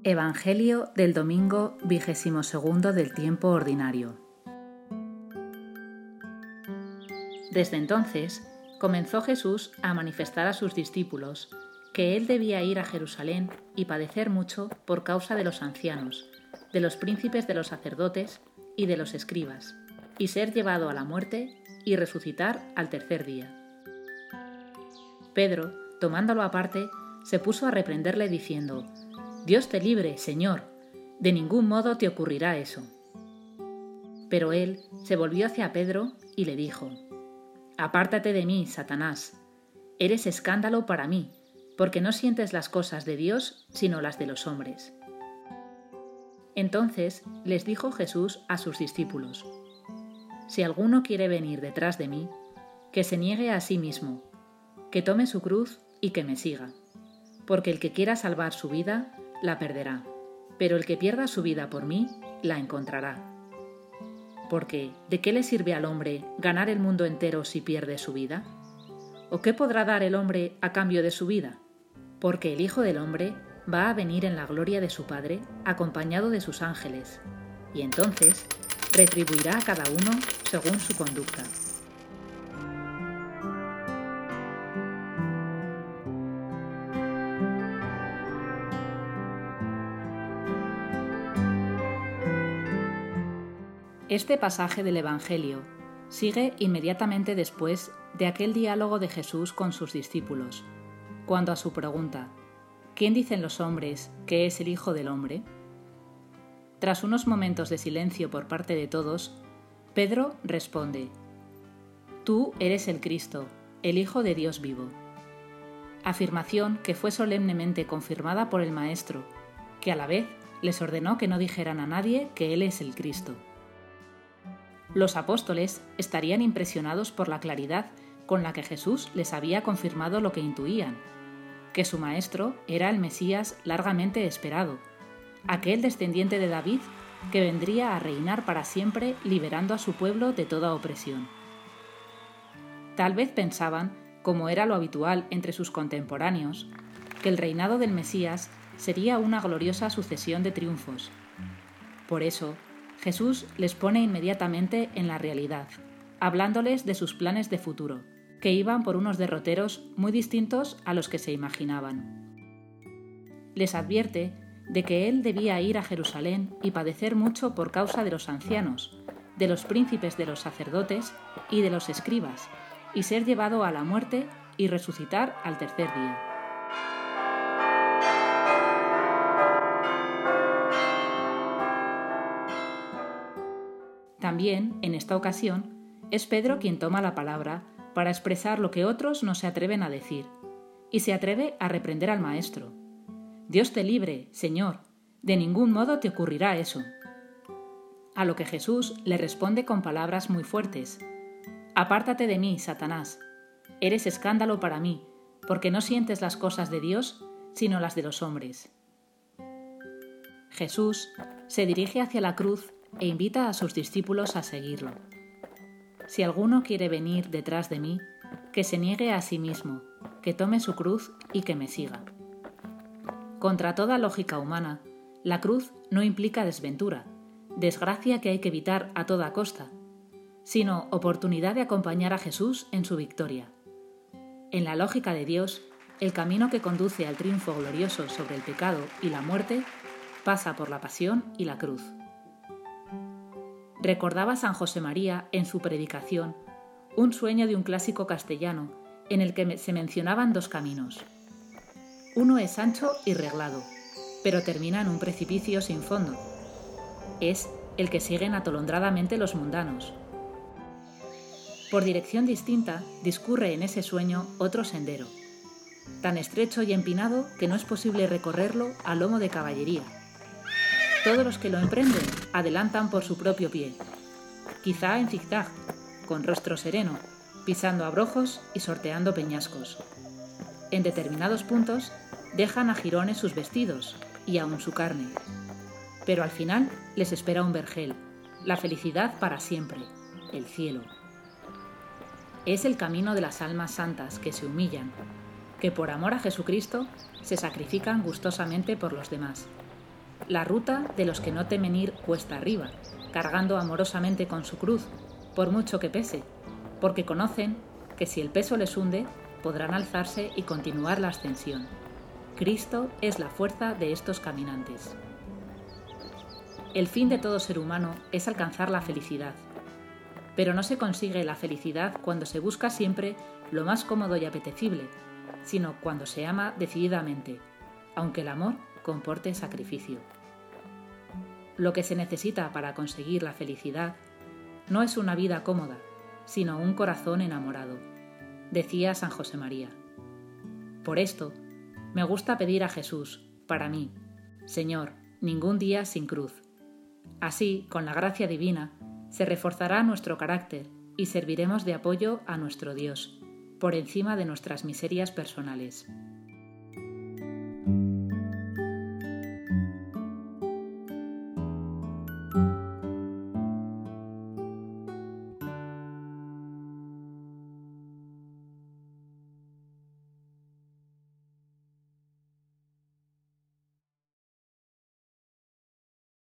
Evangelio del domingo 22 del tiempo ordinario. Desde entonces comenzó Jesús a manifestar a sus discípulos que él debía ir a Jerusalén y padecer mucho por causa de los ancianos, de los príncipes de los sacerdotes y de los escribas, y ser llevado a la muerte y resucitar al tercer día. Pedro, tomándolo aparte, se puso a reprenderle diciendo: «Dios te libre, Señor, de ningún modo te ocurrirá eso». Pero él se volvió hacia Pedro y le dijo: «Apártate de mí, Satanás, eres escándalo para mí, porque no sientes las cosas de Dios, sino las de los hombres». Entonces les dijo Jesús a sus discípulos: «Si alguno quiere venir detrás de mí, que se niegue a sí mismo, que tome su cruz y que me siga. Porque el que quiera salvar su vida, la perderá, pero el que pierda su vida por mí, la encontrará. Porque, ¿de qué le sirve al hombre ganar el mundo entero si pierde su vida? ¿O qué podrá dar el hombre a cambio de su vida? Porque el Hijo del Hombre va a venir en la gloria de su Padre, acompañado de sus ángeles, y entonces retribuirá a cada uno según su conducta». Este pasaje del Evangelio sigue inmediatamente después de aquel diálogo de Jesús con sus discípulos, cuando a su pregunta «¿Quién dicen los hombres que es el Hijo del Hombre?». Tras unos momentos de silencio por parte de todos, Pedro responde: «Tú eres el Cristo, el Hijo de Dios vivo». Afirmación que fue solemnemente confirmada por el Maestro, que a la vez les ordenó que no dijeran a nadie que Él es el Cristo. Los apóstoles estarían impresionados por la claridad con la que Jesús les había confirmado lo que intuían, que su Maestro era el Mesías largamente esperado, aquel descendiente de David que vendría a reinar para siempre liberando a su pueblo de toda opresión. Tal vez pensaban, como era lo habitual entre sus contemporáneos, que el reinado del Mesías sería una gloriosa sucesión de triunfos. Por eso, Jesús les pone inmediatamente en la realidad, hablándoles de sus planes de futuro, que iban por unos derroteros muy distintos a los que se imaginaban. Les advierte de que él debía ir a Jerusalén y padecer mucho por causa de los ancianos, de los príncipes de los sacerdotes y de los escribas, y ser llevado a la muerte y resucitar al tercer día. También, en esta ocasión, es Pedro quien toma la palabra para expresar lo que otros no se atreven a decir, y se atreve a reprender al Maestro. «Dios te libre, Señor, de ningún modo te ocurrirá eso». A lo que Jesús le responde con palabras muy fuertes: «Apártate de mí, Satanás, eres escándalo para mí, porque no sientes las cosas de Dios, sino las de los hombres». Jesús se dirige hacia la cruz e invita a sus discípulos a seguirlo. «Si alguno quiere venir detrás de mí, que se niegue a sí mismo, que tome su cruz y que me siga». Contra toda lógica humana, la cruz no implica desventura, desgracia que hay que evitar a toda costa, sino oportunidad de acompañar a Jesús en su victoria. En la lógica de Dios, el camino que conduce al triunfo glorioso sobre el pecado y la muerte pasa por la pasión y la cruz. Recordaba San José María en su predicación un sueño de un clásico castellano en el que se mencionaban dos caminos. Uno es ancho y reglado, pero termina en un precipicio sin fondo. Es el que siguen atolondradamente los mundanos. Por dirección distinta discurre en ese sueño otro sendero, tan estrecho y empinado que no es posible recorrerlo a lomo de caballería. Todos los que lo emprenden adelantan por su propio pie, quizá en zigzag, con rostro sereno, pisando abrojos y sorteando peñascos. En determinados puntos dejan a jirones sus vestidos y aún su carne. Pero al final les espera un vergel, la felicidad para siempre, el cielo. Es el camino de las almas santas que se humillan, que por amor a Jesucristo se sacrifican gustosamente por los demás. la ruta de los que no temen ir cuesta arriba, cargando amorosamente con su cruz, por mucho que pese, porque conocen que si el peso les hunde, podrán alzarse y continuar la ascensión. Cristo es la fuerza de estos caminantes. El fin de todo ser humano es alcanzar la felicidad. Pero no se consigue la felicidad cuando se busca siempre lo más cómodo y apetecible, sino cuando se ama decididamente, aunque el amor comporte sacrificio. Lo que se necesita para conseguir la felicidad no es una vida cómoda, sino un corazón enamorado, decía San José María. Por esto, me gusta pedir a Jesús, para mí, Señor, ningún día sin cruz. Así, con la gracia divina, se reforzará nuestro carácter y serviremos de apoyo a nuestro Dios, por encima de nuestras miserias personales.